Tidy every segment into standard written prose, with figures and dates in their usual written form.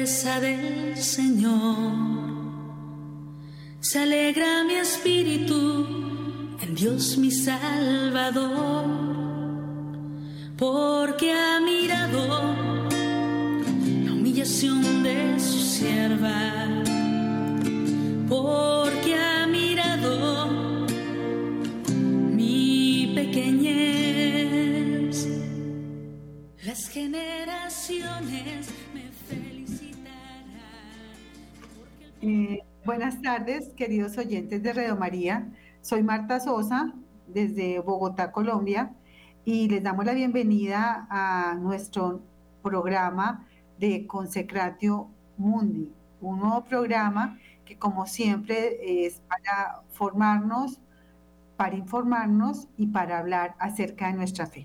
promesa del Señor. Se alegra mi espíritu en Dios mi Salvador, porque ha mirado la humillación de su sierva, porque ha mirado mi pequeñez. Las generaciones me felicitarán. Buenas tardes, queridos oyentes de Radio María. Soy Marta Sosa, desde Bogotá, Colombia, y les damos la bienvenida a nuestro programa de Consecratio Mundi, un nuevo programa que, como siempre, es para formarnos, para informarnos y para hablar acerca de nuestra fe.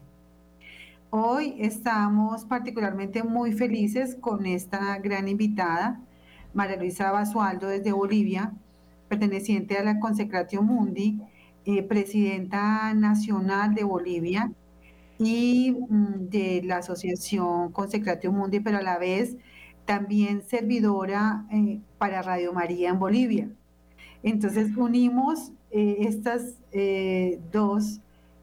Hoy estamos particularmente muy felices con esta gran invitada, María Luisa Basualdo, desde Bolivia, perteneciente a la Consecratio Mundi, presidenta nacional de Bolivia y de la Asociación Consecratio Mundi, pero a la vez también servidora para Radio María en Bolivia. Entonces unimos estas dos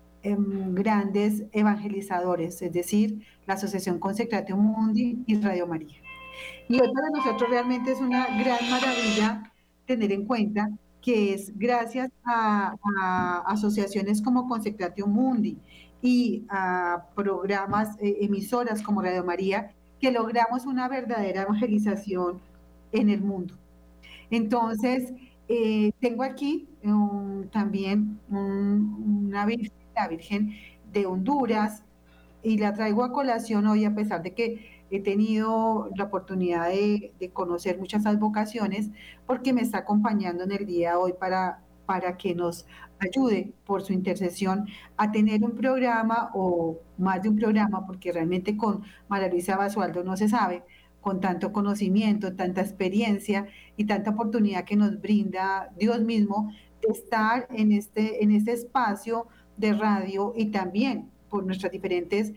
grandes evangelizadores, es decir, la Asociación Consecratio Mundi y Radio María. Y hoy para nosotros realmente es una gran maravilla tener en cuenta que es gracias a asociaciones como Consecratio Mundi y a programas, emisoras como Radio María, que logramos una verdadera evangelización en el mundo. Entonces, tengo aquí también una virgen, la Virgen de Honduras, y la traigo a colación hoy, a pesar de que he tenido la oportunidad de conocer muchas advocaciones, porque me está acompañando en el día de hoy para que nos ayude por su intercesión a tener un programa o más de un programa, porque realmente con María Luisa Basualdo no se sabe, con tanto conocimiento, tanta experiencia y tanta oportunidad que nos brinda Dios mismo de estar en este espacio de radio y también por nuestras diferentes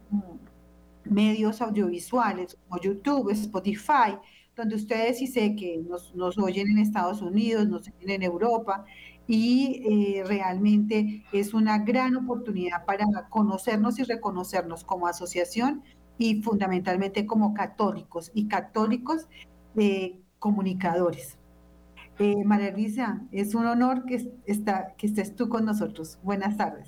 medios audiovisuales como YouTube, Spotify, donde ustedes sí sé que nos oyen en Estados Unidos, nos oyen en Europa, y realmente es una gran oportunidad para conocernos y reconocernos como asociación y fundamentalmente como católicos y católicos comunicadores. María Luisa, es un honor que estés tú con nosotros. Buenas tardes.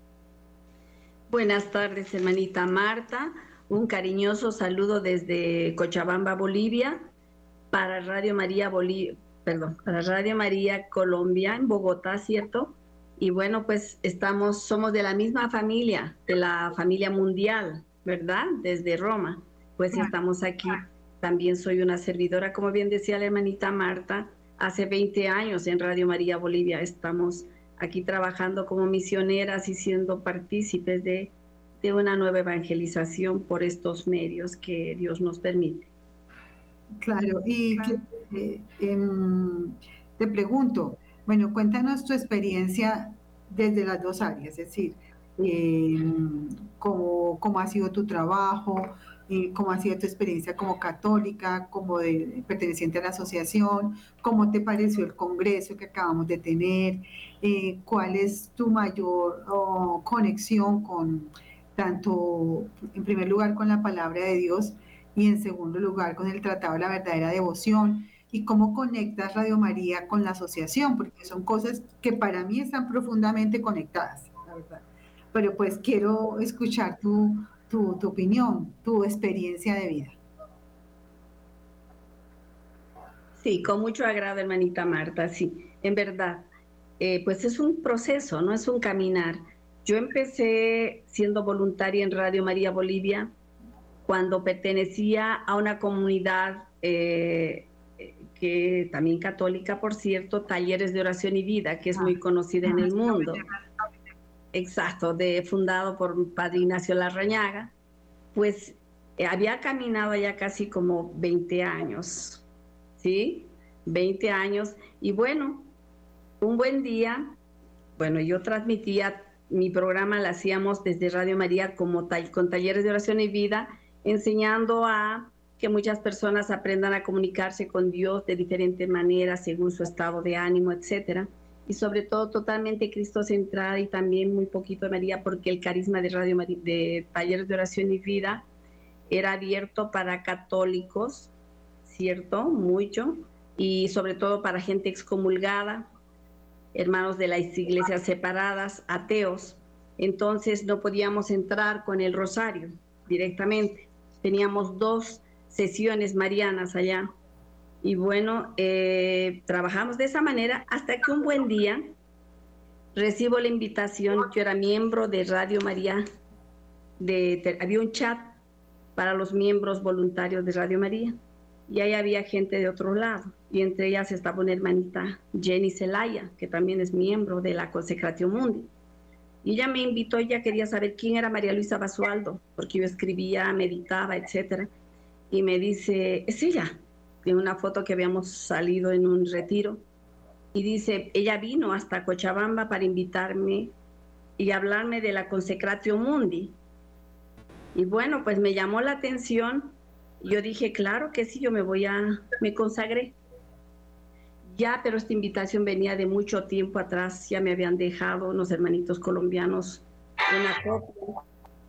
Buenas tardes, hermanita Marta. Un cariñoso saludo desde Cochabamba, Bolivia, para Radio María para Radio María Colombia en Bogotá, ¿cierto? Y bueno, pues somos de la misma familia, de la familia mundial, ¿verdad? Desde Roma. Pues estamos aquí. También soy una servidora, como bien decía la hermanita Marta, hace 20 años en Radio María Bolivia estamos aquí trabajando como misioneras y siendo partícipes de una nueva evangelización por estos medios que Dios nos permite. Claro, y te pregunto, bueno, cuéntanos tu experiencia desde las dos áreas, es decir, cómo ha sido tu trabajo, cómo ha sido tu experiencia como católica, como perteneciente a la asociación, cómo te pareció el congreso que acabamos de tener, cuál es tu mayor conexión con tanto, en primer lugar, con la palabra de Dios y en segundo lugar con el Tratado de la Verdadera Devoción, y cómo conectas Radio María con la asociación, porque son cosas que para mí están profundamente conectadas, la verdad. Pero pues quiero escuchar tu opinión, tu experiencia de vida. Sí, con mucho agrado, hermanita Marta, sí, en verdad, pues es un proceso, no es un caminar. Yo empecé siendo voluntaria en Radio María Bolivia cuando pertenecía a una comunidad que también católica, por cierto, Talleres de Oración y Vida, que es muy conocida en el mundo. Exacto, fundado por Padre Ignacio Larrañaga. Pues había caminado ya casi como 20 años, ¿sí? 20 años. Y bueno, un buen día, bueno, yo transmitía, mi programa lo hacíamos desde Radio María con Talleres de Oración y Vida, enseñando a que muchas personas aprendan a comunicarse con Dios de diferentes maneras según su estado de ánimo, etcétera. Y sobre todo totalmente cristocentrada y también muy poquito de María, porque el carisma de Radio María, de Talleres de Oración y Vida, era abierto para católicos, ¿cierto? Mucho, y sobre todo para gente excomulgada, hermanos de las iglesias separadas, ateos. Entonces no podíamos entrar con el rosario directamente. Teníamos 2 sesiones marianas allá. Y bueno, trabajamos de esa manera hasta que un buen día recibo la invitación. Yo era miembro de Radio María, había un chat para los miembros voluntarios de Radio María, y ahí había gente de otro lado, y entre ellas estaba una hermanita, Jenny Zelaya, que también es miembro de la Consecratio Mundi. Y ella me invitó, ella quería saber quién era María Luisa Basualdo, porque yo escribía, meditaba, etcétera. Y me dice, es ella, en una foto que habíamos salido en un retiro. Y dice, ella vino hasta Cochabamba para invitarme y hablarme de la Consecratio Mundi. Y bueno, pues me llamó la atención. Yo dije, claro que sí, yo me consagré. Ya, pero esta invitación venía de mucho tiempo atrás, ya me habían dejado unos hermanitos colombianos una copia.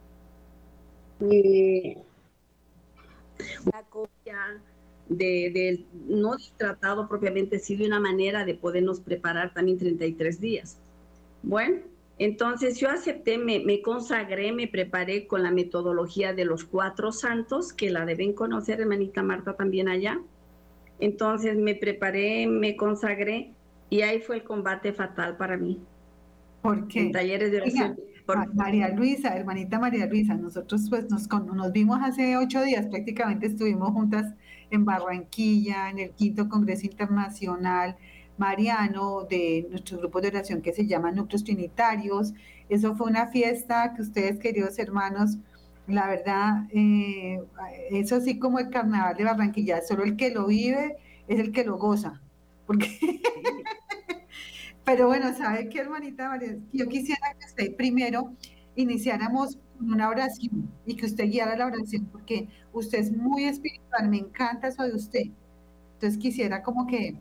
Una copia del no tratado propiamente, sí de una manera de podernos preparar también 33 días. Bueno, entonces yo acepté, me consagré, me preparé con la metodología de los 4 santos, que la deben conocer, hermanita Marta, también allá. Entonces me preparé, me consagré, y ahí fue el combate fatal para mí. ¿Por qué? En talleres de oración. María Luisa, hermanita María Luisa, nosotros pues nos vimos hace 8 días, prácticamente estuvimos juntas en Barranquilla, en el 5º Congreso Internacional Mariano de nuestros grupos de oración que se llaman Núcleos Trinitarios. Eso fue una fiesta que ustedes, queridos hermanos, la verdad, eso sí, como el carnaval de Barranquilla, solo el que lo vive es el que lo goza, porque... Pero bueno, ¿sabe qué, hermanita María? Yo quisiera que usted primero iniciáramos con una oración y que usted guiara la oración, porque usted es muy espiritual, me encanta eso de usted. Entonces quisiera como que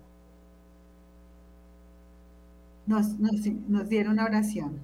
nos diera una oración.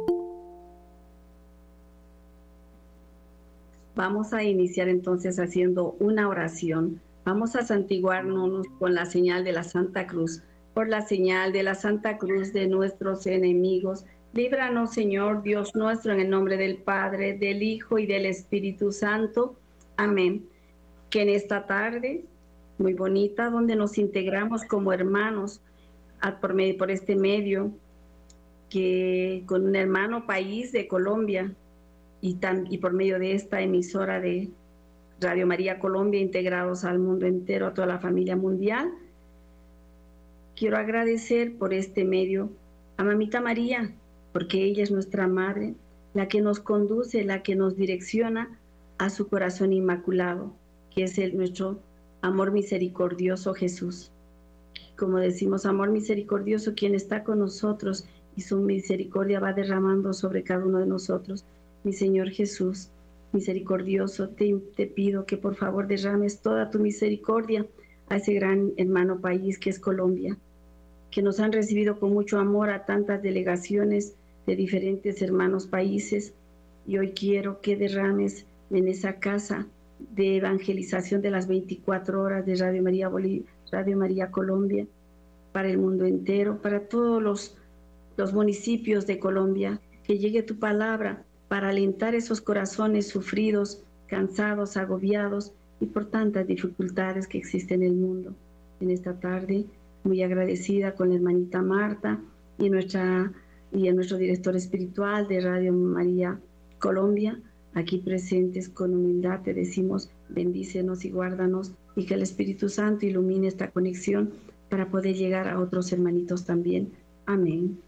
Vamos a iniciar entonces haciendo una oración. Vamos a santiguarnos con la señal de la Santa Cruz. Por la señal de la Santa Cruz de nuestros enemigos, líbranos, Señor Dios nuestro, en el nombre del Padre, del Hijo y del Espíritu Santo. Amén. Que en esta tarde, muy bonita, donde nos integramos como hermanos por este medio, que con un hermano país de Colombia y por medio de esta emisora de Radio María Colombia, integrados al mundo entero, a toda la familia mundial, quiero agradecer por este medio a Mamita María, porque ella es nuestra madre, la que nos conduce, la que nos direcciona a su corazón inmaculado, que es nuestro amor misericordioso Jesús. Como decimos, amor misericordioso, quien está con nosotros y su misericordia va derramando sobre cada uno de nosotros. Mi Señor Jesús, misericordioso, te pido que por favor derrames toda tu misericordia a ese gran hermano país que es Colombia, que nos han recibido con mucho amor a tantas delegaciones de diferentes hermanos países, y hoy quiero que derrames en esa casa de evangelización de las 24 horas de Radio María Radio María Colombia, para el mundo entero, para todos los municipios de Colombia, que llegue tu palabra para alentar esos corazones sufridos, cansados, agobiados y por tantas dificultades que existen en el mundo. En esta tarde, muy agradecida con la hermanita Marta y a nuestro director espiritual de Radio María Colombia, aquí presentes con humildad te decimos, bendícenos y guárdanos, y que el Espíritu Santo ilumine esta conexión para poder llegar a otros hermanitos también. Amén.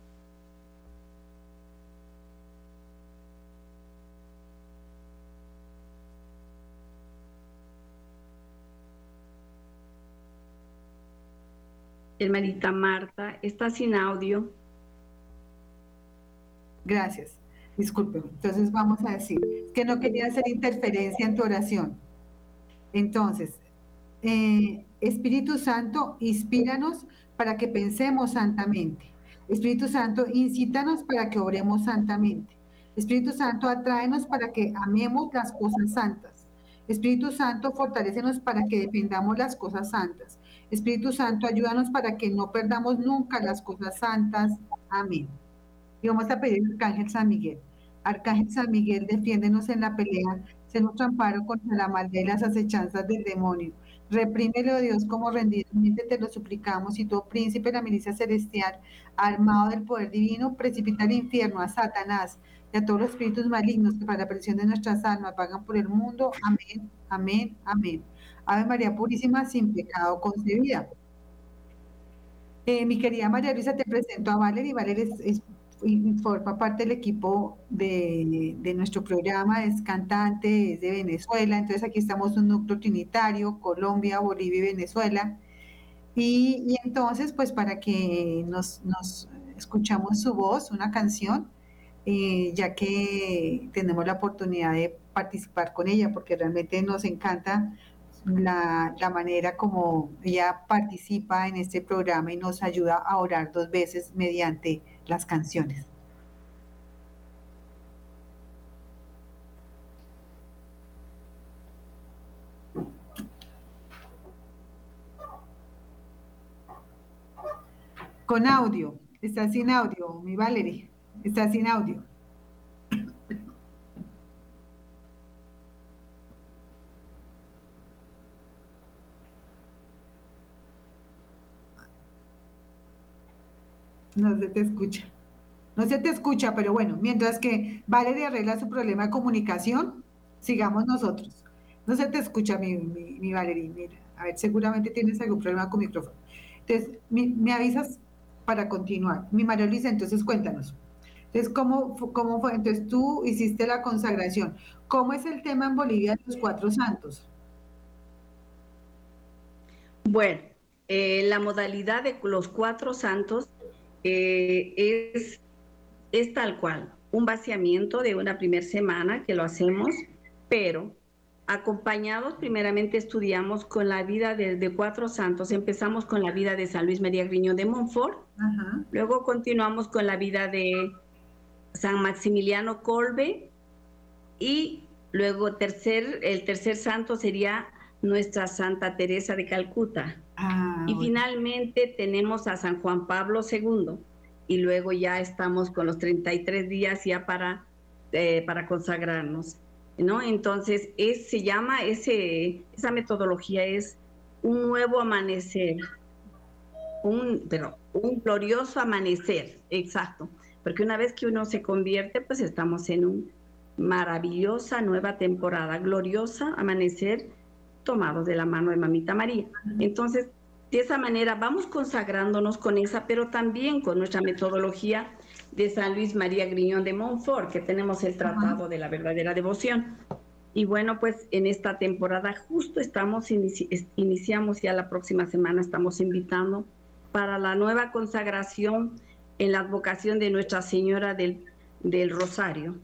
Hermanita Marta, está sin audio. Gracias. Disculpe. Entonces vamos a decir, es que no quería hacer interferencia en tu oración. Entonces, Espíritu Santo, inspíranos para que pensemos santamente. Espíritu Santo, incítanos para que obremos santamente. Espíritu Santo, atráenos para que amemos las cosas santas. Espíritu Santo, fortalécenos para que defendamos las cosas santas. Espíritu Santo, ayúdanos para que no perdamos nunca las cosas santas. Amén. Y vamos a pedir al Arcángel San Miguel. Arcángel San Miguel, defiéndenos en la pelea, sé nuestro amparo contra la maldad y las acechanzas del demonio. Reprímelo, Dios, como rendidamente te lo suplicamos, y tú, príncipe de la milicia celestial, armado del poder divino, precipita al infierno a Satanás y a todos los espíritus malignos que para la perdición de nuestras almas vagan por el mundo. Amén, amén, amén. Ave María Purísima, sin pecado concebida. Mi querida María Luisa, te presento a Valerie. Valerie y forma parte del equipo de nuestro programa, es cantante, es de Venezuela, entonces aquí estamos un núcleo trinitario, Colombia, Bolivia y Venezuela, y entonces pues para que nos escuchamos su voz, una canción, ya que tenemos la oportunidad de participar con ella, porque realmente nos encanta la manera como ella participa en este programa y nos ayuda a orar 2 veces mediante las canciones. Con audio, está sin audio, mi Valerie, está sin audio. No se te escucha. No se te escucha, pero bueno, mientras que Valeria arregla su problema de comunicación, sigamos nosotros. No se te escucha, mi Valeria. Mira, a ver, seguramente tienes algún problema con micrófono. Entonces, me avisas para continuar. Mi María Luisa, entonces cuéntanos. Entonces, ¿cómo fue? Entonces, tú hiciste la consagración. ¿Cómo es el tema en Bolivia de los 4 santos? Bueno, la modalidad de los 4 santos es tal cual, un vaciamiento de una primera semana que lo hacemos, pero acompañados, primeramente estudiamos con la vida de 4 santos. Empezamos con la vida de San Luis María Griñón de Montfort, luego continuamos con la vida de San Maximiliano Kolbe, y luego el tercer santo sería nuestra Santa Teresa de Calcuta. Y finalmente tenemos a San Juan Pablo II, y luego ya estamos con los 33 días ya para consagrarnos, ¿no? Entonces, esa metodología es un nuevo amanecer, un glorioso amanecer, exacto, porque una vez que uno se convierte, pues estamos en una maravillosa nueva temporada, gloriosa amanecer, tomados de la mano de Mamita María. Entonces, de esa manera vamos consagrándonos con esa, pero también con nuestra metodología de San Luis María Griñón de Montfort, que tenemos el Tratado de la Verdadera Devoción. Y bueno, pues en esta temporada justo iniciamos ya la próxima semana, estamos invitando para la nueva consagración en la advocación de Nuestra Señora del Rosario.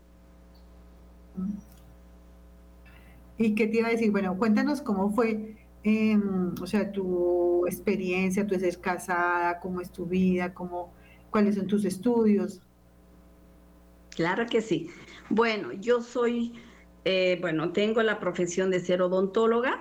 ¿Y qué te iba a decir? Bueno, cuéntanos cómo fue, o sea, tu experiencia, tú eres casada, cómo es tu vida, cuáles son tus estudios. Claro que sí. Bueno, yo soy, tengo la profesión de ser odontóloga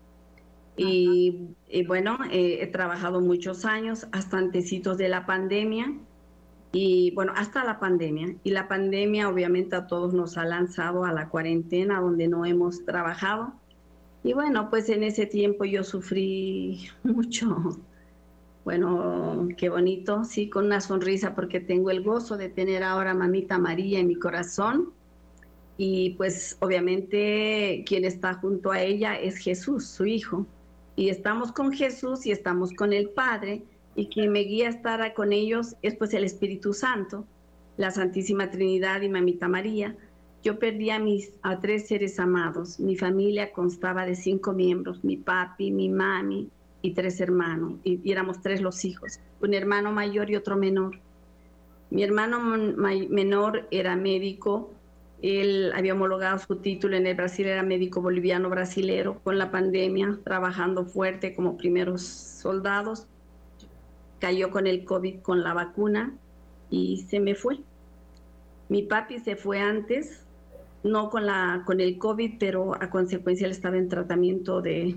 y bueno, he trabajado muchos años, hasta antecitos de la pandemia. Y bueno, hasta la pandemia. Y la pandemia obviamente a todos nos ha lanzado a la cuarentena donde no hemos trabajado. Y bueno, pues en ese tiempo yo sufrí mucho. Bueno, qué bonito, sí, con una sonrisa, porque tengo el gozo de tener ahora a Mamita María en mi corazón. Y pues obviamente quien está junto a ella es Jesús, su Hijo. Y estamos con Jesús y estamos con el Padre. Y quien me guía a estar con ellos es pues el Espíritu Santo, la Santísima Trinidad y Mamita María. Yo perdí a 3 seres amados. Mi familia constaba de 5 miembros, mi papi, mi mami y 3 hermanos. Y éramos 3 los hijos, un hermano mayor y otro menor. Mi hermano menor era médico Él había homologado su título en el Brasil, era médico boliviano brasilero, con la pandemia, trabajando fuerte como primeros soldados. Cayó con el COVID, con la vacuna, y se me fue. Mi papi se fue antes, no con el COVID, pero a consecuencia él estaba en tratamiento de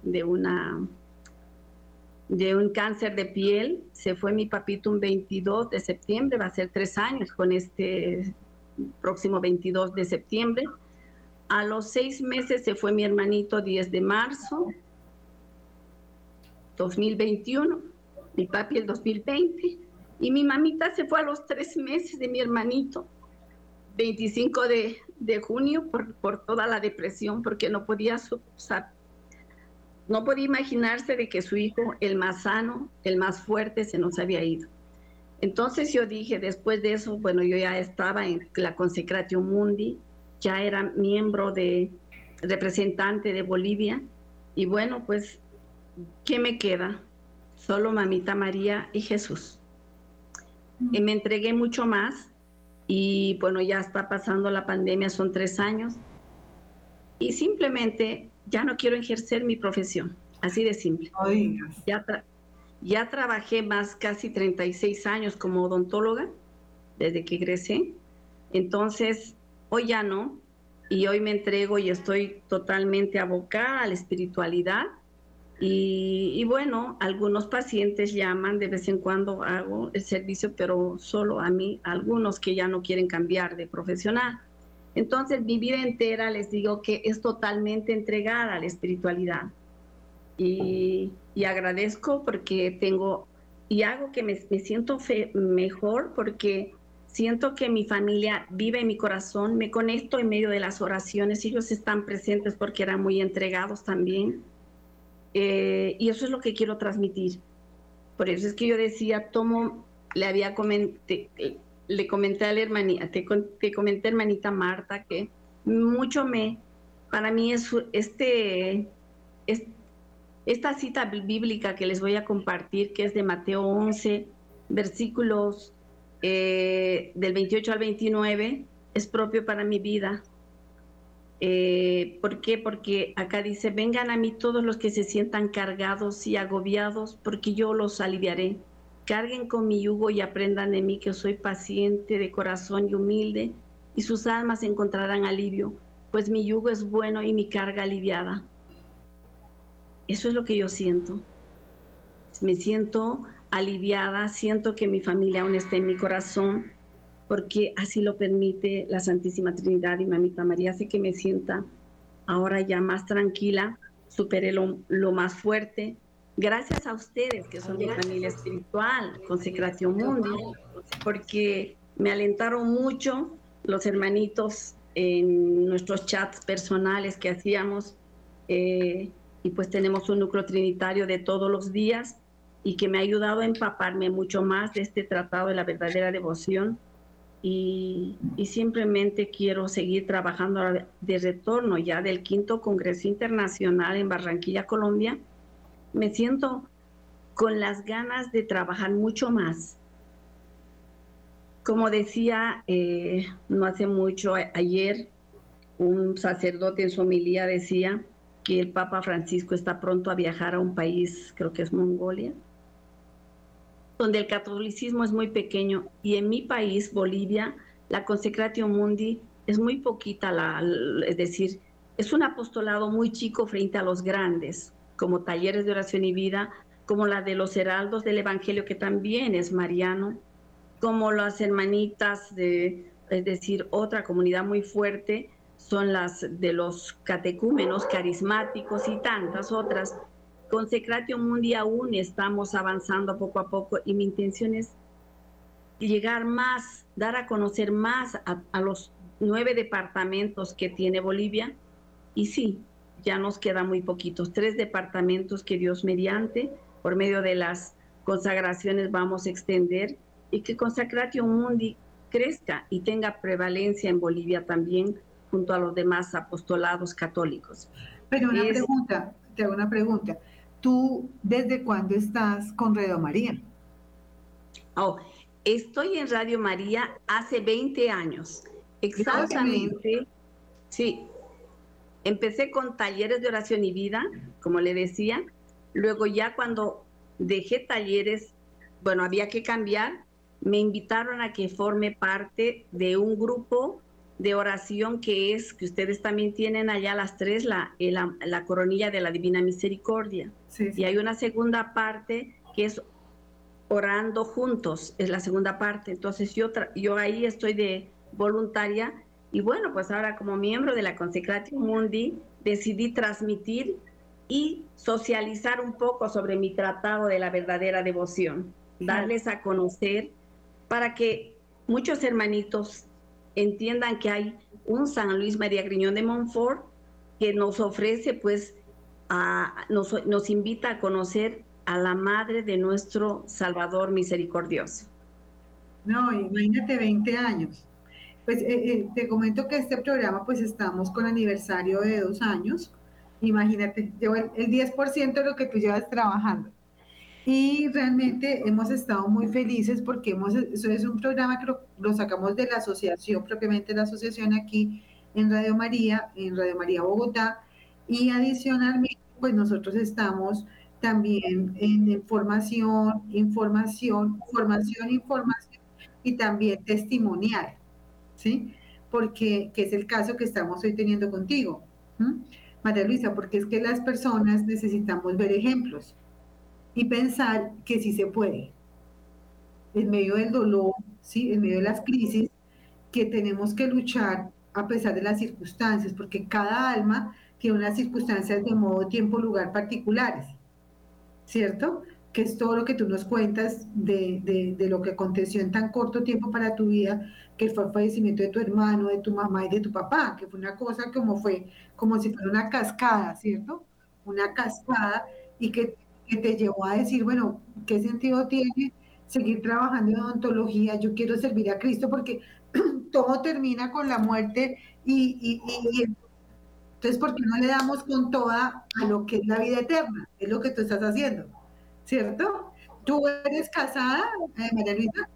un cáncer de piel. Se fue mi papito un 22 de septiembre, va a ser 3 años con este próximo 22 de septiembre. A los 6 meses se fue mi hermanito, 10 de marzo 2021, mi papi el 2020, y mi mamita se fue a los 3 meses de mi hermanito, 25 de junio, por toda la depresión, porque no podía imaginarse de que su hijo, el más sano, el más fuerte, se nos había ido. Entonces yo dije, después de eso, bueno, yo ya estaba en la Consecratio Mundi, ya era miembro representante de Bolivia, y bueno, pues, ¿qué me queda? Solo Mamita María y Jesús. Y me entregué mucho más, y bueno, ya está pasando la pandemia, son 3 años, y simplemente ya no quiero ejercer mi profesión, así de simple. Ya trabajé más, casi 36 años como odontóloga, desde que egresé. Entonces, hoy ya no, y hoy me entrego y estoy totalmente abocada a la espiritualidad. Y bueno, algunos pacientes llaman, de vez en cuando hago el servicio, pero solo a mí, algunos que ya no quieren cambiar de profesional. Entonces, mi vida entera les digo que es totalmente entregada a la espiritualidad. Y agradezco porque tengo, y hago que me siento mejor, porque siento que mi familia vive en mi corazón, me conecto en medio de las oraciones, ellos están presentes porque eran muy entregados también. Y eso es lo que quiero transmitir. Por eso es que yo decía, le comenté a la hermanita, te comenté, hermanita Marta, que mucho para mí es esta cita bíblica que les voy a compartir, que es de Mateo 11, versículos del 28 al 29, es propio para mi vida. ¿Por qué? Porque acá dice, vengan a mí todos los que se sientan cargados y agobiados, porque yo los aliviaré. Carguen con mi yugo y aprendan de mí, que soy paciente de corazón y humilde, y sus almas encontrarán alivio, pues mi yugo es bueno y mi carga aliviada. Eso es lo que yo siento. Me siento aliviada, siento que mi familia aún está en mi corazón, porque así lo permite la Santísima Trinidad y Mamita María. Hace que me sienta ahora ya más tranquila, superé lo más fuerte. Gracias a ustedes, que son mi familia espiritual, Consecratio Mundi, porque me alentaron mucho los hermanitos en nuestros chats personales que hacíamos, y pues tenemos un núcleo trinitario de todos los días, y que me ha ayudado a empaparme mucho más de este tratado de la verdadera devoción. Y simplemente quiero seguir trabajando de retorno ya del 5º Congreso Internacional en Barranquilla, Colombia. Me siento con las ganas de trabajar mucho más. Como decía, no hace mucho, ayer, un sacerdote en su homilía decía que el Papa Francisco está pronto a viajar a un país, creo que es Mongolia, donde el catolicismo es muy pequeño, y en mi país, Bolivia, la Consecratio Mundi es muy poquita, es decir, es un apostolado muy chico frente a los grandes, como Talleres de Oración y Vida, como la de los Heraldos del Evangelio, que también es mariano, como las hermanitas es decir, otra comunidad muy fuerte, son las de los catecúmenos carismáticos y tantas otras. Consecratio Mundi aún estamos avanzando poco a poco, y mi intención es llegar más, dar a conocer más a los 9 departamentos que tiene Bolivia. Y sí, ya nos quedan muy poquitos, 3 departamentos que Dios mediante, por medio de las consagraciones, vamos a extender, y que Consecratio Mundi crezca y tenga prevalencia en Bolivia también, junto a los demás apostolados católicos. Pero te hago una pregunta. ¿Tú desde cuándo estás con Radio María? Estoy en Radio María hace 20 años. Exactamente, sí. Empecé con talleres de oración y vida, como le decía. Luego ya cuando dejé talleres, bueno, había que cambiar, me invitaron a que forme parte de un grupo de oración que ustedes también tienen allá las tres, la coronilla de la Divina Misericordia. Sí, sí. Y hay una segunda parte que es orando juntos, es la segunda parte. Entonces yo ahí estoy de voluntaria y bueno, pues ahora como miembro de la Consecratio Mundi decidí transmitir y socializar un poco sobre mi tratado de la verdadera devoción, darles a conocer para que muchos hermanitos entiendan que hay un San Luis María Griñón de Montfort que nos ofrece, pues, nos invita a conocer a la madre de nuestro Salvador misericordioso. No, imagínate 20 años. Pues te comento que este programa, pues estamos con aniversario de 2 años. Imagínate, llevo el 10% de lo que tú llevas trabajando. Y realmente hemos estado muy felices porque eso es un programa que lo sacamos de la asociación, propiamente la asociación aquí en Radio María Bogotá. Y adicionalmente, pues nosotros estamos también en información y también testimonial, ¿sí? Porque, que es el caso que estamos hoy teniendo contigo, ¿m? María Luisa, porque es que las personas necesitamos ver ejemplos y pensar que sí se puede, en medio del dolor, ¿sí? En medio de las crisis, que tenemos que luchar a pesar de las circunstancias, porque cada alma tiene unas circunstancias de modo, tiempo, lugar particulares, ¿cierto? Que es todo lo que tú nos cuentas de lo que aconteció en tan corto tiempo para tu vida, que fue el fallecimiento de tu hermano, de tu mamá y de tu papá, que fue una cosa como si fuera una cascada, ¿cierto? Una cascada y que te llevó a decir, bueno, ¿qué sentido tiene seguir trabajando en odontología? Yo quiero servir a Cristo porque todo termina con la muerte y entonces, ¿por qué no le damos con toda a lo que es la vida eterna? Es lo que tú estás haciendo, ¿cierto? ¿Tú eres casada, María Luisa?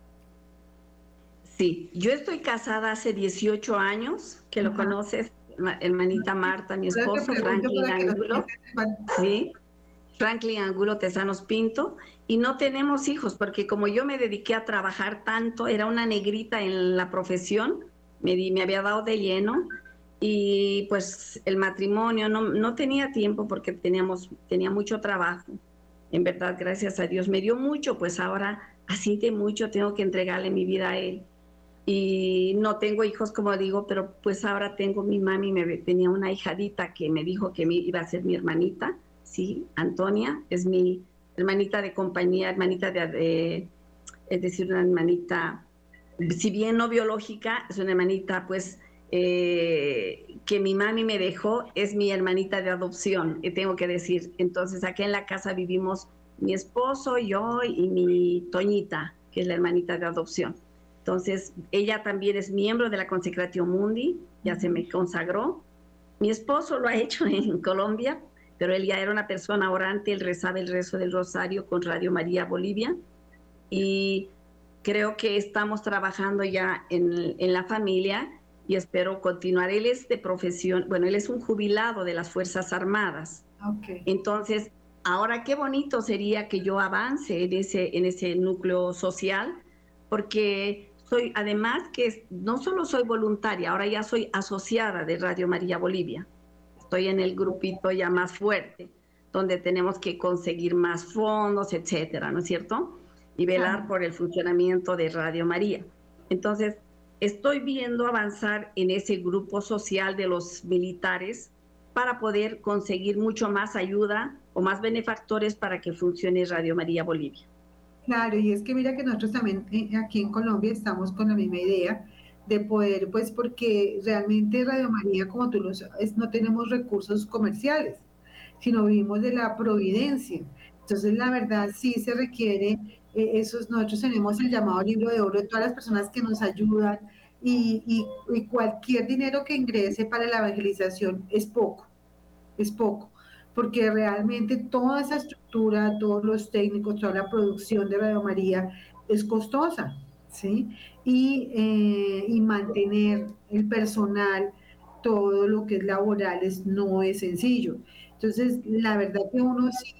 Sí, yo estoy casada hace 18 años, que lo conoces, hermanita Marta, mi esposo, Franklin Angulo. Sí, Franklin Angulo Tezanos Pinto, y no tenemos hijos, porque como yo me dediqué a trabajar tanto, era una negrita en la profesión, me había dado de lleno, y pues el matrimonio no tenía tiempo porque tenía mucho trabajo. En verdad, gracias a Dios, me dio mucho, pues ahora así de mucho tengo que entregarle mi vida a él. Y no tengo hijos, como digo, pero pues ahora tengo mi mami, tenía una hijadita que me dijo que iba a ser mi hermanita, sí, Antonia, es mi hermanita de compañía, es decir, una hermanita, si bien no biológica, es una hermanita pues que mi mami me dejó, es mi hermanita de adopción, tengo que decir. Entonces aquí en la casa vivimos mi esposo, yo y mi Toñita, que es la hermanita de adopción. Entonces, ella también es miembro de la Consecratio Mundi, ya se me consagró. Mi esposo lo ha hecho en Colombia, pero él ya era una persona orante, él rezaba el rezo del Rosario con Radio María Bolivia. Y creo que estamos trabajando ya en la familia y espero continuar. Él es de profesión, bueno, él es un jubilado de las Fuerzas Armadas. Okay. Entonces, ahora qué bonito sería que yo avance en ese núcleo social, porque además que no solo soy voluntaria, ahora ya soy asociada de Radio María Bolivia. Estoy en el grupito ya más fuerte, donde tenemos que conseguir más fondos, etcétera, ¿no es cierto? Y velar por el funcionamiento de Radio María. Entonces, estoy viendo avanzar en ese grupo social de los militares para poder conseguir mucho más ayuda o más benefactores para que funcione Radio María Bolivia. Claro, y es que mira que nosotros también aquí en Colombia estamos con la misma idea de poder, pues porque realmente Radio María, como tú lo sabes, no tenemos recursos comerciales, sino vivimos de la providencia. Entonces, la verdad, sí se requiere, nosotros tenemos el llamado libro de oro de todas las personas que nos ayudan y cualquier dinero que ingrese para la evangelización es poco, porque realmente toda esa estructura, todos los técnicos, toda la producción de Radio María es costosa, ¿sí? Y mantener el personal, todo lo que es laboral, no es sencillo. Entonces, la verdad que uno sí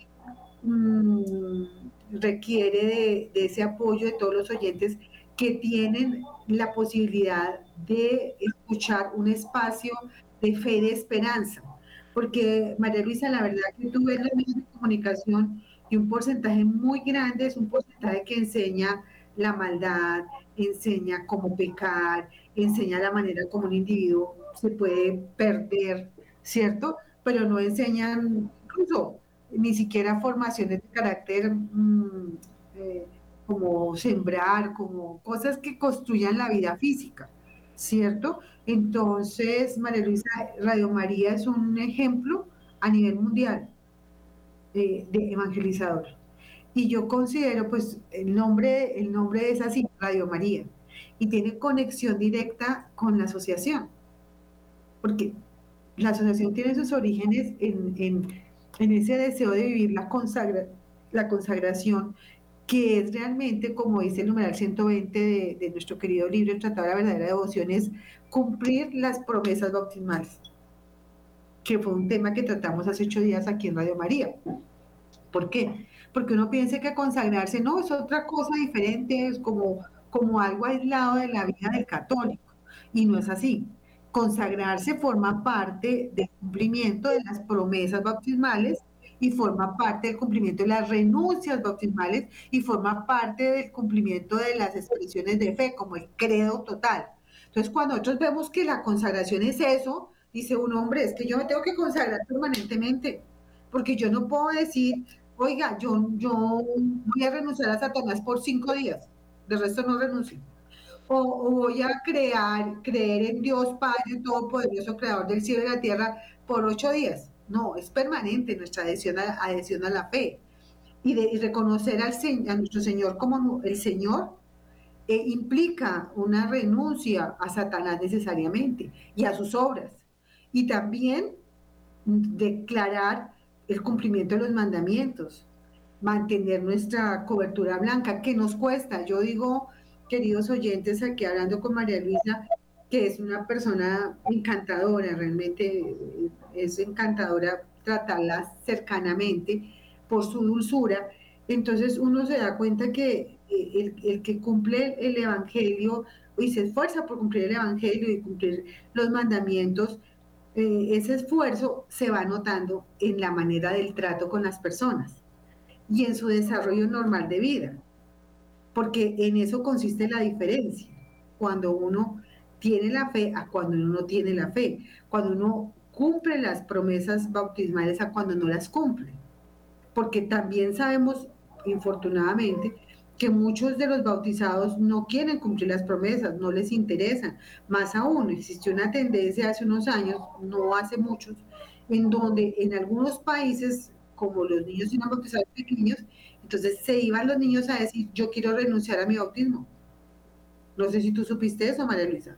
mm, requiere de ese apoyo de todos los oyentes que tienen la posibilidad de escuchar un espacio de fe y de esperanza. Porque, María Luisa, la verdad que tú ves los medios de comunicación y un porcentaje muy grande es un porcentaje que enseña la maldad, enseña cómo pecar, enseña la manera como un individuo se puede perder, ¿cierto? Pero no enseñan, incluso ni siquiera formaciones de carácter eh, como sembrar, como cosas que construyan la vida física, ¿cierto? Entonces, María Luisa, Radio María es un ejemplo a nivel mundial de evangelizador. Y yo considero, pues, el nombre es así, Radio María, y tiene conexión directa con la asociación, porque la asociación tiene sus orígenes en ese deseo de vivir la consagración, que es realmente, como dice el numeral 120 de nuestro querido libro, El Tratado de la Verdadera Devoción, es cumplir las promesas bautismales, que fue un tema que tratamos hace 8 días aquí en Radio María. ¿Por qué? Porque uno piensa que consagrarse no es otra cosa diferente, es como algo aislado de la vida del católico. Y no es así. Consagrarse forma parte del cumplimiento de las promesas bautismales y forma parte del cumplimiento de las renuncias bautismales y forma parte del cumplimiento de las expresiones de fe, como el credo total. Entonces, cuando nosotros vemos que la consagración es eso, dice un hombre, es que yo me tengo que consagrar permanentemente, porque yo no puedo decir, oiga, yo voy a renunciar a Satanás por 5 días, de resto no renuncio. O voy a creer en Dios Padre Todopoderoso, Creador del cielo y la tierra, por 8 días. No, es permanente nuestra adhesión a la fe. Y reconocer a nuestro Señor como el Señor implica una renuncia a Satanás necesariamente y a sus obras. Y también declarar el cumplimiento de los mandamientos, mantener nuestra cobertura blanca, que nos cuesta. Yo digo, queridos oyentes, aquí hablando con María Luisa, que es una persona encantadora, realmente es encantadora tratarla cercanamente por su dulzura. Entonces uno se da cuenta que el que cumple el Evangelio y se esfuerza por cumplir el Evangelio y cumplir los mandamientos, ese esfuerzo se va notando en la manera del trato con las personas y en su desarrollo normal de vida, porque en eso consiste la diferencia, cuando uno tiene la fe a cuando uno no tiene la fe, cuando uno cumple las promesas bautismales a cuando no las cumple, porque también sabemos, infortunadamente, que muchos de los bautizados no quieren cumplir las promesas, no les interesan. Más aún, existió una tendencia hace unos años, no hace muchos, en donde en algunos países, como los niños eran bautizados pequeños, entonces se iban los niños a decir, yo quiero renunciar a mi bautismo. No sé si tú supiste eso, María Luisa.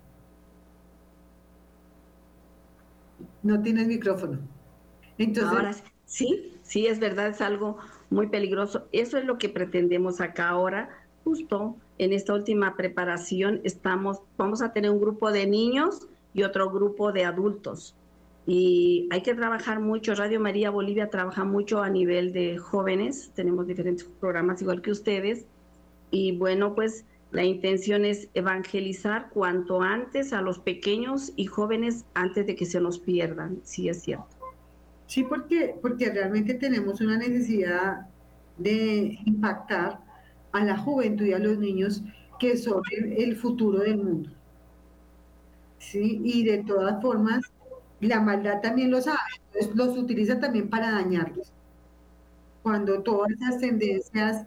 No tienes micrófono. Entonces, Ahora sí, sí, es verdad, es algo muy peligroso. Eso es lo que pretendemos acá ahora, justo en esta última preparación vamos a tener un grupo de niños y otro grupo de adultos. Y hay que trabajar mucho. Radio María Bolivia trabaja mucho a nivel de jóvenes, tenemos diferentes programas igual que ustedes. Y bueno, pues la intención es evangelizar cuanto antes a los pequeños y jóvenes antes de que se nos pierdan, sí es cierto. sí, porque realmente tenemos una necesidad de impactar a la juventud y a los niños que son el futuro del mundo. ¿Sí? Y de todas formas, la maldad también lo sabe, entonces los utiliza también para dañarlos. Cuando todas esas tendencias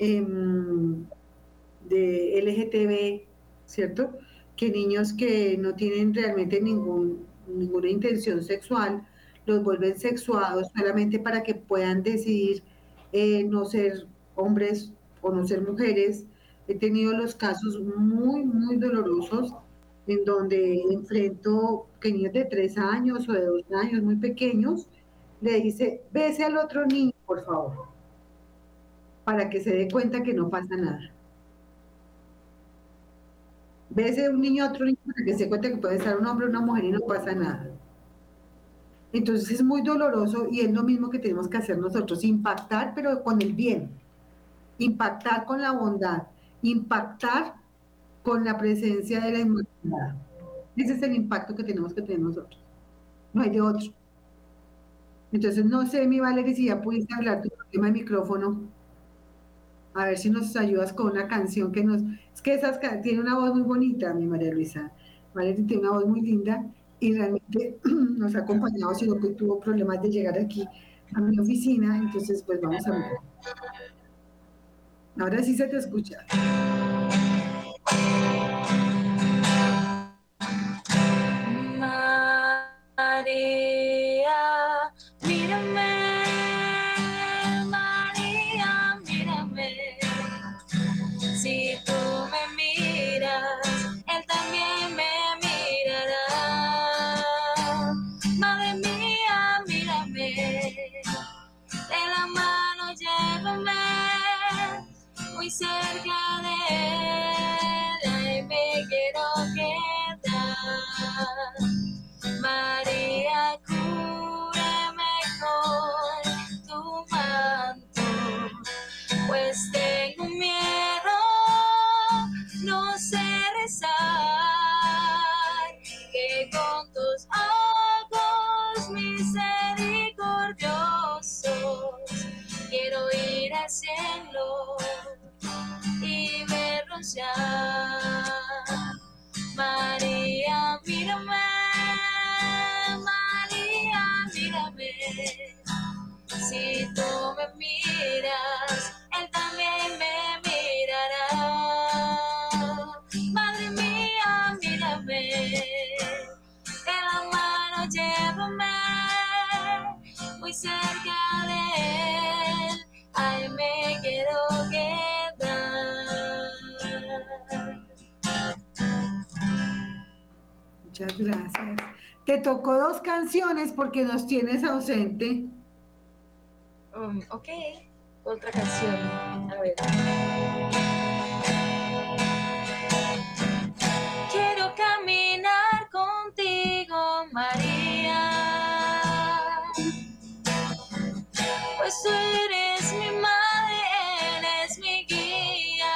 de LGTB, ¿cierto? Que niños que no tienen realmente ninguna intención sexual, los vuelven sexuados solamente para que puedan decidir no ser hombres o no ser mujeres. He tenido los casos muy, muy dolorosos en donde enfrento que niños de 3 años o de 2 años, muy pequeños, le dice, bese al otro niño, por favor, para que se dé cuenta que no pasa nada. Ves a un niño a otro niño para que se cuenta que puede estar un hombre o una mujer y no pasa nada. Entonces es muy doloroso y es lo mismo que tenemos que hacer nosotros, impactar pero con el bien, impactar con la bondad, impactar con la presencia de la Inmaculada. Ese es el impacto que tenemos que tener nosotros, no hay de otro. Entonces no sé, mi Valeria, si ya pudiste hablar tu tema de micrófono, a ver si nos ayudas con una canción que nos... Es que tiene una voz muy bonita, mi María Luisa. Valeria tiene una voz muy linda y realmente nos ha acompañado, sino que tuvo problemas de llegar aquí a mi oficina, entonces pues vamos a ver. Ahora sí se te escucha. María, mírame, María, mírame. Si tú me miras, Él también me mirará. Madre mía, mírame, de la mano llévame, muy cerca de Él, ahí me quiero quedar. María, cúbreme con tu manto, pues tengo miedo, no sé rezar, que con tus ojos misericordiosos quiero ir al cielo y verlos ya. María, mírame, María, mírame. Si tú me miras, Él también me mirará. Madre mía, mírame, de la mano llévame, muy cerca de Él, ahí me quiero quedar. Muchas gracias. Te tocó 2 canciones porque nos tienes ausente. Ok, otra canción. A ver. Quiero caminar contigo, María, pues tú eres mi madre, eres mi guía.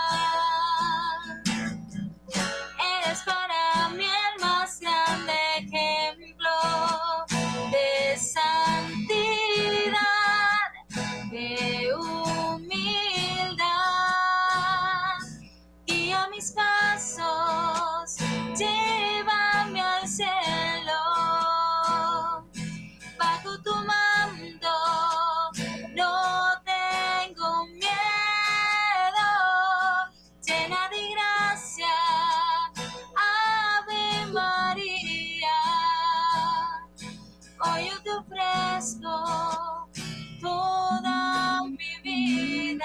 Eres para mí el más grande ejemplo de santidad, de humildad. Guía mis pasos, llévame al cielo, bajo tu mando no tengo miedo, llena de gracia, Ave María, hoy yo te ofrezco toda mi vida.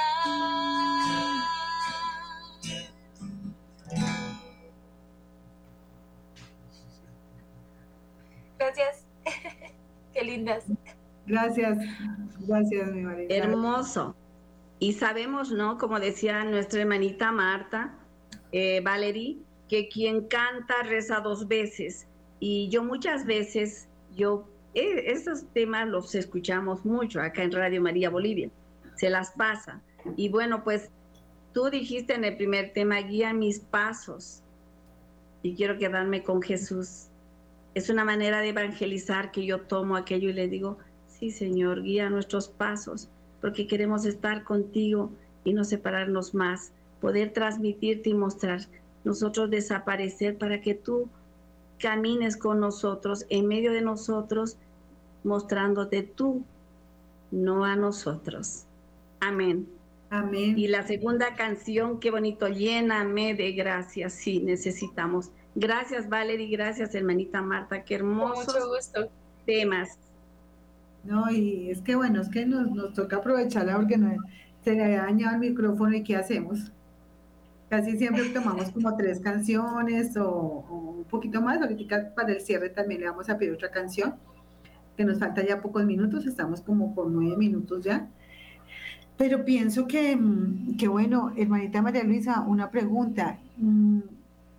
Gracias. Qué lindas. Gracias, gracias, mi María. Hermoso. Y sabemos, ¿no? Como decía nuestra hermanita Marta, Valerie, que quien canta reza 2 veces. Y yo muchas veces, esos temas los escuchamos mucho acá en Radio María Bolivia. Se las pasa. Y bueno, pues tú dijiste en el primer tema, guía mis pasos. Y quiero quedarme con Jesús. Es una manera de evangelizar que yo tomo aquello y le digo, sí, Señor, guía nuestros pasos, porque queremos estar contigo y no separarnos más, poder transmitirte y mostrar, nosotros desaparecer para que tú camines con nosotros, en medio de nosotros, mostrándote tú, no a nosotros. Amén. Amén. Y la segunda canción, qué bonito, lléname de gracias, sí, necesitamos. Gracias, Valerie, gracias, hermanita Marta, qué hermosos Mucho gusto. temas. No, y es que bueno, es que nos toca aprovecharla porque se le había dañado el micrófono y ¿qué hacemos? Casi siempre tomamos como 3 canciones o un poquito más. Ahorita para el cierre también le vamos a pedir otra canción, que nos falta ya pocos minutos, estamos como por 9 minutos ya. Pero pienso que bueno, hermanita María Luisa, una pregunta.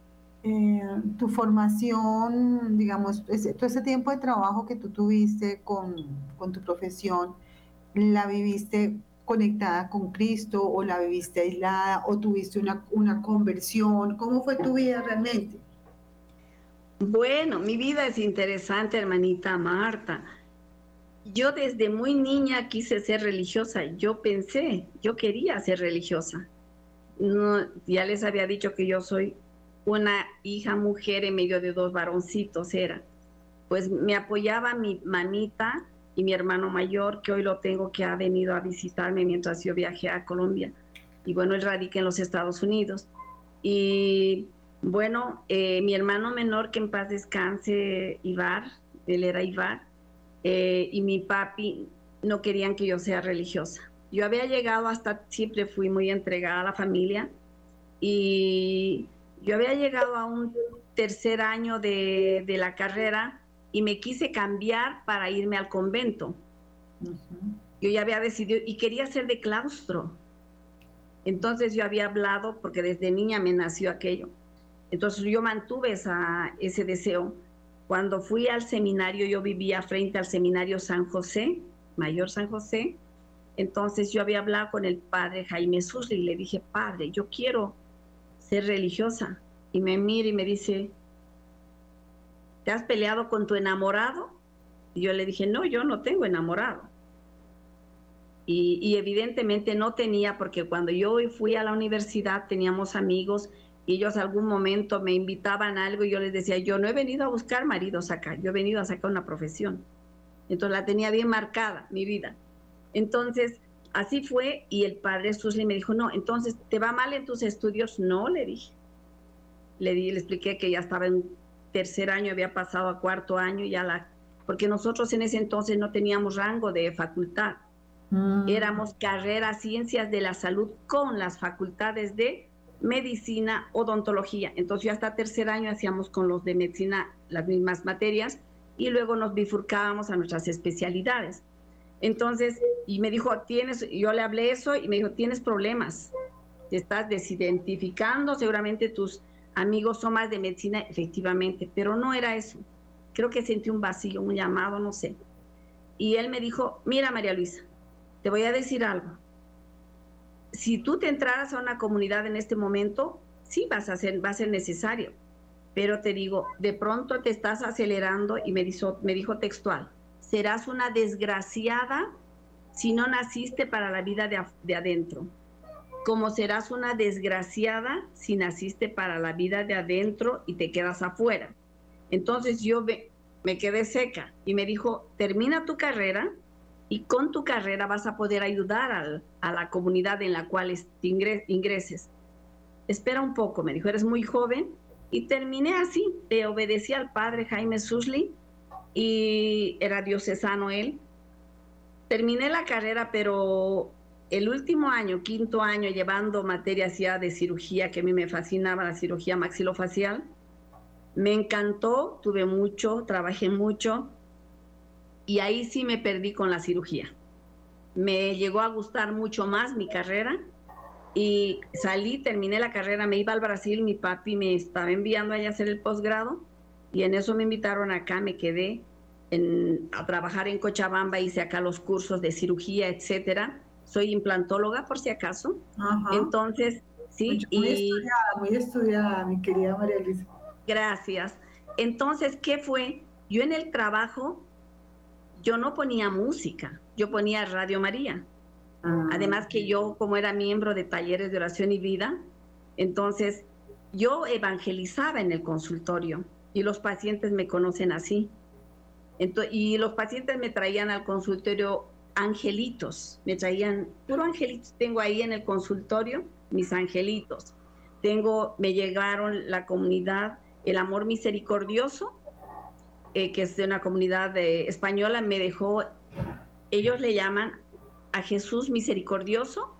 tu formación, digamos, todo ese tiempo de trabajo que tú tuviste con tu profesión, ¿la viviste conectada con Cristo o la viviste aislada o tuviste una conversión? ¿Cómo fue tu vida realmente? Bueno, mi vida es interesante, hermanita Marta. Yo desde muy niña quise ser religiosa. Yo quería ser religiosa. No, ya les había dicho que yo soy una hija mujer en medio de dos varoncitos, era. Pues me apoyaba mi mamita y mi hermano mayor, que hoy lo tengo, que ha venido a visitarme mientras yo viajé a Colombia. Y bueno, él radica en los Estados Unidos. Y bueno, mi hermano menor, que en paz descanse, Ibar, él era Ibar, y mi papi no querían que yo sea religiosa. Yo había llegado siempre fui muy entregada a la familia, y yo había llegado a un tercer año de la carrera y me quise cambiar para irme al convento. Yo ya había decidido y quería ser de claustro. Entonces yo había hablado, porque desde niña me nació aquello. Entonces yo mantuve ese deseo. Cuando fui al seminario, yo vivía frente al seminario San José, Mayor San José. Entonces yo había hablado con el padre Jaime Susli y le dije, padre, yo quiero ser religiosa. Y me mira y me dice, ¿te has peleado con tu enamorado? Y yo le dije, no, yo no tengo enamorado. Y evidentemente no tenía, porque cuando yo fui a la universidad teníamos amigos y ellos algún momento me invitaban a algo y yo les decía, yo no he venido a buscar maridos acá, yo he venido a sacar una profesión. Entonces la tenía bien marcada, mi vida. Entonces, así fue, y el padre Susli me dijo, no, entonces, ¿te va mal en tus estudios? No, le dije. Le expliqué que ya estaba en tercer año, había pasado a cuarto año, porque nosotros en ese entonces no teníamos rango de facultad. Éramos carrera Ciencias de la Salud con las facultades de Medicina, Odontología. Entonces yo hasta tercer año hacíamos con los de Medicina las mismas materias y luego nos bifurcábamos a nuestras especialidades. Entonces, y me dijo, yo le hablé eso y me dijo, tienes problemas, te estás desidentificando, seguramente tus amigos son más de medicina, efectivamente, pero no era eso. Creo que sentí un vacío, un llamado, no sé. Y él me dijo, mira, María Luisa, te voy a decir algo. Si tú te entraras a una comunidad en este momento, sí va a ser necesario. Pero te digo, de pronto te estás acelerando, y me dijo textual, serás una desgraciada si no naciste para la vida de adentro. Como serás una desgraciada si naciste para la vida de adentro y te quedas afuera. Entonces yo me quedé seca y me dijo, termina tu carrera y con tu carrera vas a poder ayudar a la comunidad en la cual ingreses. Espera un poco, me dijo, eres muy joven. Y terminé así, le obedecí al padre Jaime Susli y era diocesano él. Terminé la carrera, pero el último año, quinto año, llevando materias ya de cirugía, que a mí me fascinaba la cirugía maxilofacial, me encantó, trabajé mucho, y ahí sí me perdí con la cirugía. Me llegó a gustar mucho más mi carrera, y terminé la carrera, me iba al Brasil, mi papi me estaba enviando allá a hacer el posgrado, y en eso me invitaron acá, me quedé a trabajar en Cochabamba, hice acá los cursos de cirugía, etcétera. Soy implantóloga, por si acaso. Ajá. Entonces, sí. Muy estudiada, mi querida María Luisa. Gracias. Entonces, ¿qué fue? Yo en el trabajo, yo no ponía música, yo ponía Radio María. Además que yo, como era miembro de Talleres de Oración y Vida, entonces yo evangelizaba en el consultorio y los pacientes me conocen así. Y los pacientes me traían al consultorio angelitos, me traían puro angelitos. Tengo ahí en el consultorio mis angelitos. Me llegaron la comunidad El Amor Misericordioso, que es de una comunidad española, me dejó, ellos le llaman a Jesús misericordioso,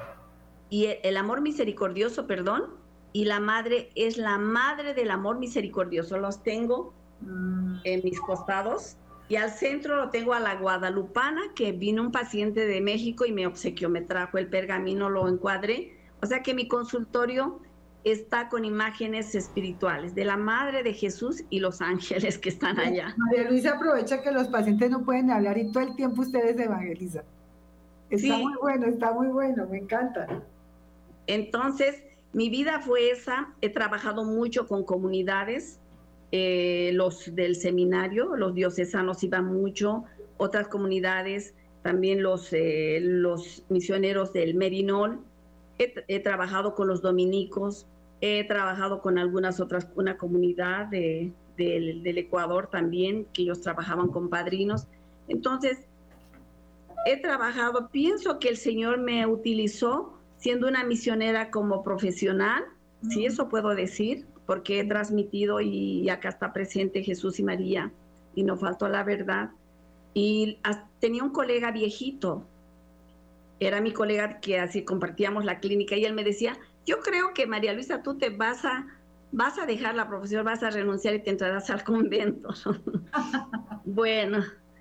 y el amor misericordioso, y la madre es la madre del amor misericordioso. Los tengo en mis costados, y al centro lo tengo a la guadalupana, que vino un paciente de México y me obsequió, me trajo el pergamino, lo encuadré. O sea que mi consultorio está con imágenes espirituales de la Madre de Jesús y los ángeles que están allá. María Luisa aprovecha que los pacientes no pueden hablar y todo el tiempo ustedes evangelizan. Está muy bueno, me encanta. Entonces, mi vida fue esa. He trabajado mucho con comunidades, los del seminario, los diocesanos iban mucho, otras comunidades, también los misioneros del Merinol. He trabajado con los dominicos, he trabajado con algunas otras, una comunidad del Ecuador también, que ellos trabajaban con padrinos. Entonces, he trabajado, pienso que el Señor me utilizó siendo una misionera como profesional, sí, eso puedo decir, porque he transmitido y acá está presente Jesús y María, y no faltó la verdad. Y tenía un colega viejito, era mi colega que así compartíamos la clínica, y él me decía, yo creo que María Luisa, tú te vas a dejar la profesión, vas a renunciar y te entrarás al convento. Bueno,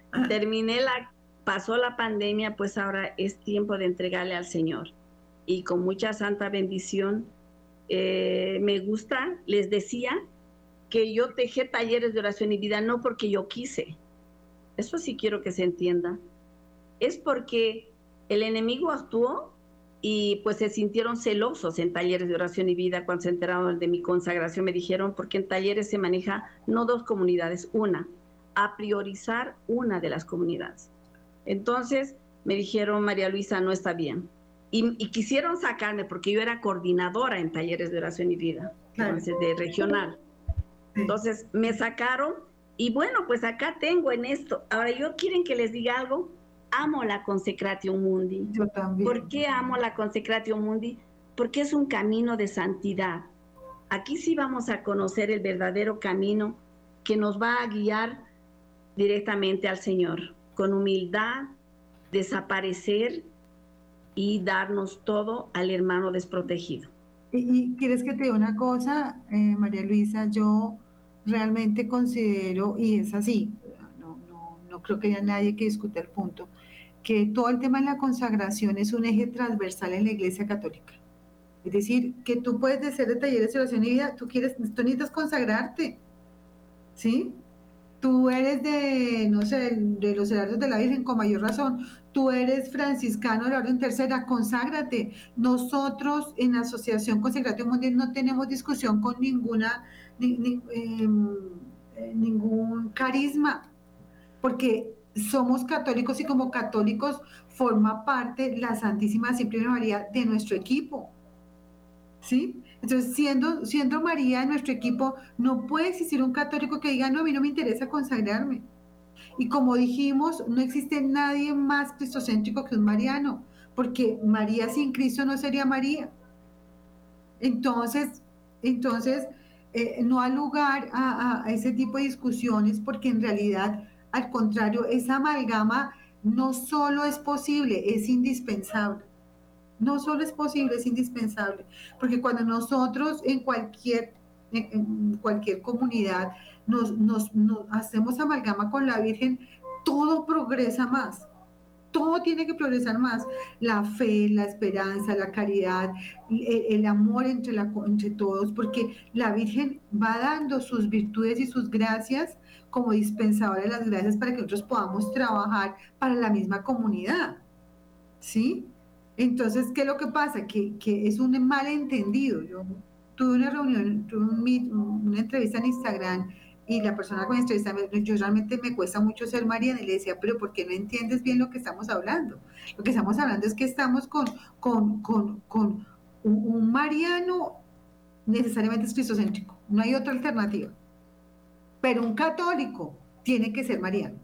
pasó la pandemia, pues ahora es tiempo de entregarle al Señor. Y con mucha santa bendición, me gusta, les decía que yo dejé talleres de oración y vida no porque yo quise, eso sí quiero que se entienda, es porque el enemigo actuó y pues se sintieron celosos en talleres de oración y vida. Cuando se enteraron de mi consagración me dijeron, porque en talleres se maneja no 2 comunidades, una, a priorizar una de las comunidades. Entonces me dijeron, María Luisa, no está bien. Y quisieron sacarme porque yo era coordinadora en talleres de oración y vida, entonces de regional. Entonces me sacaron y bueno, pues acá tengo en esto. Ahora, ¿yo quieren que les diga algo? Amo la Consecratio Mundi. Yo también. ¿Por qué amo la Consecratio Mundi? Porque es un camino de santidad. Aquí sí vamos a conocer el verdadero camino que nos va a guiar directamente al Señor, con humildad, desaparecer y darnos todo al hermano desprotegido. Y quieres que te diga una cosa, María Luisa, yo realmente considero, y es así, no creo que haya nadie que discuta el punto, que todo el tema de la consagración es un eje transversal en la Iglesia Católica. Es decir, que tú puedes hacer de talleres de oración y vida, tú necesitas consagrarte, ¿sí? Tú eres no sé, de los heraldos de la Virgen, con mayor razón. Tú eres franciscano de la Orden Tercera, conságrate. Nosotros en la Asociación Consecratio Mundi no tenemos discusión con ningún carisma, porque somos católicos y como católicos forma parte la Santísima Siempre María de nuestro equipo, ¿sí? Entonces, siendo María en nuestro equipo, no puede existir un católico que diga, no, a mí no me interesa consagrarme. Y como dijimos, no existe nadie más cristocéntrico que un mariano, porque María sin Cristo no sería María. Entonces no hay lugar a ese tipo de discusiones, porque en realidad, al contrario, esa amalgama no solo es posible, es indispensable. No solo es posible, es indispensable, porque cuando nosotros en cualquier comunidad nos hacemos amalgama con la Virgen, todo progresa más, todo tiene que progresar más, la fe, la esperanza, la caridad, el amor entre todos, porque la Virgen va dando sus virtudes y sus gracias como dispensadora de las gracias para que nosotros podamos trabajar para la misma comunidad, ¿sí? Entonces, ¿qué es lo que pasa? Que es un malentendido. Yo tuve una reunión, una entrevista en Instagram y la persona con la entrevista, yo realmente me cuesta mucho ser mariana y le decía, pero ¿por qué no entiendes bien lo que estamos hablando? Lo que estamos hablando es que estamos con un mariano necesariamente es cristocéntrico, no hay otra alternativa. Pero un católico tiene que ser mariano.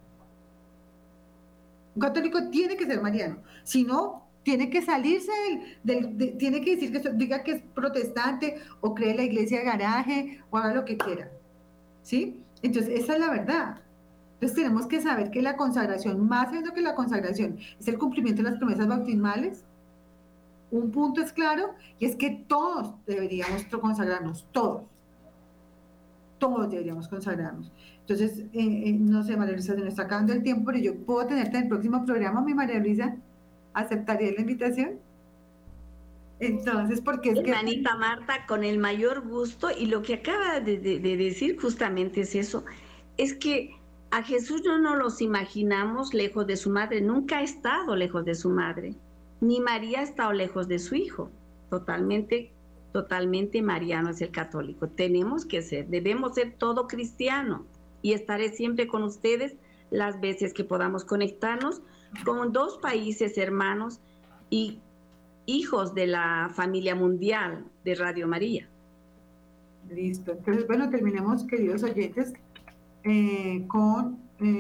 Un católico tiene que ser mariano, si no, tiene que salirse tiene que decir diga que es protestante o cree en la iglesia de garaje o haga lo que quiera, ¿sí? Entonces esa es la verdad. Entonces tenemos que saber que la consagración, más de lo que la consagración es el cumplimiento de las promesas bautismales. Un punto es claro, y es que todos deberíamos consagrarnos, todos deberíamos consagrarnos. Entonces, no sé, María Luisa, se nos está acabando el tiempo, pero yo puedo tenerte en el próximo programa, mi María Luisa. ¿Aceptaría la invitación? Entonces, porque es que Hermanita Marta, con el mayor gusto, y lo que acaba de decir justamente es eso, es que a Jesús no nos los imaginamos lejos de su madre, nunca ha estado lejos de su madre, ni María ha estado lejos de su hijo, totalmente, totalmente mariano es el católico, tenemos que ser, debemos ser todo cristiano, y estaré siempre con ustedes las veces que podamos conectarnos con dos países hermanos y hijos de la familia mundial de Radio María. listo. Entonces, bueno, terminemos, queridos oyentes, con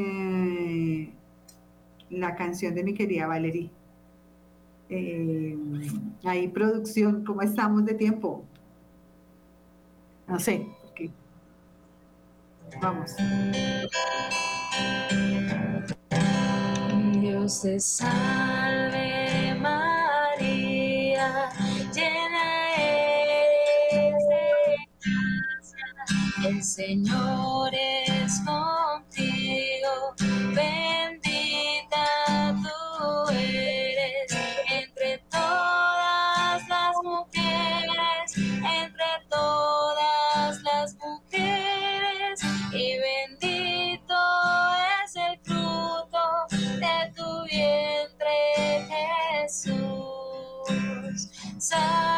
la canción de mi querida Valerie. Ahí, producción, ¿cómo estamos de tiempo? No sé. Okay. Vamos. Dios te salve María, llena eres de gracia, el Señor es contigo, bendita tú eres entre todas las mujeres, y bendito es el fruto de tu vientre, Jesús.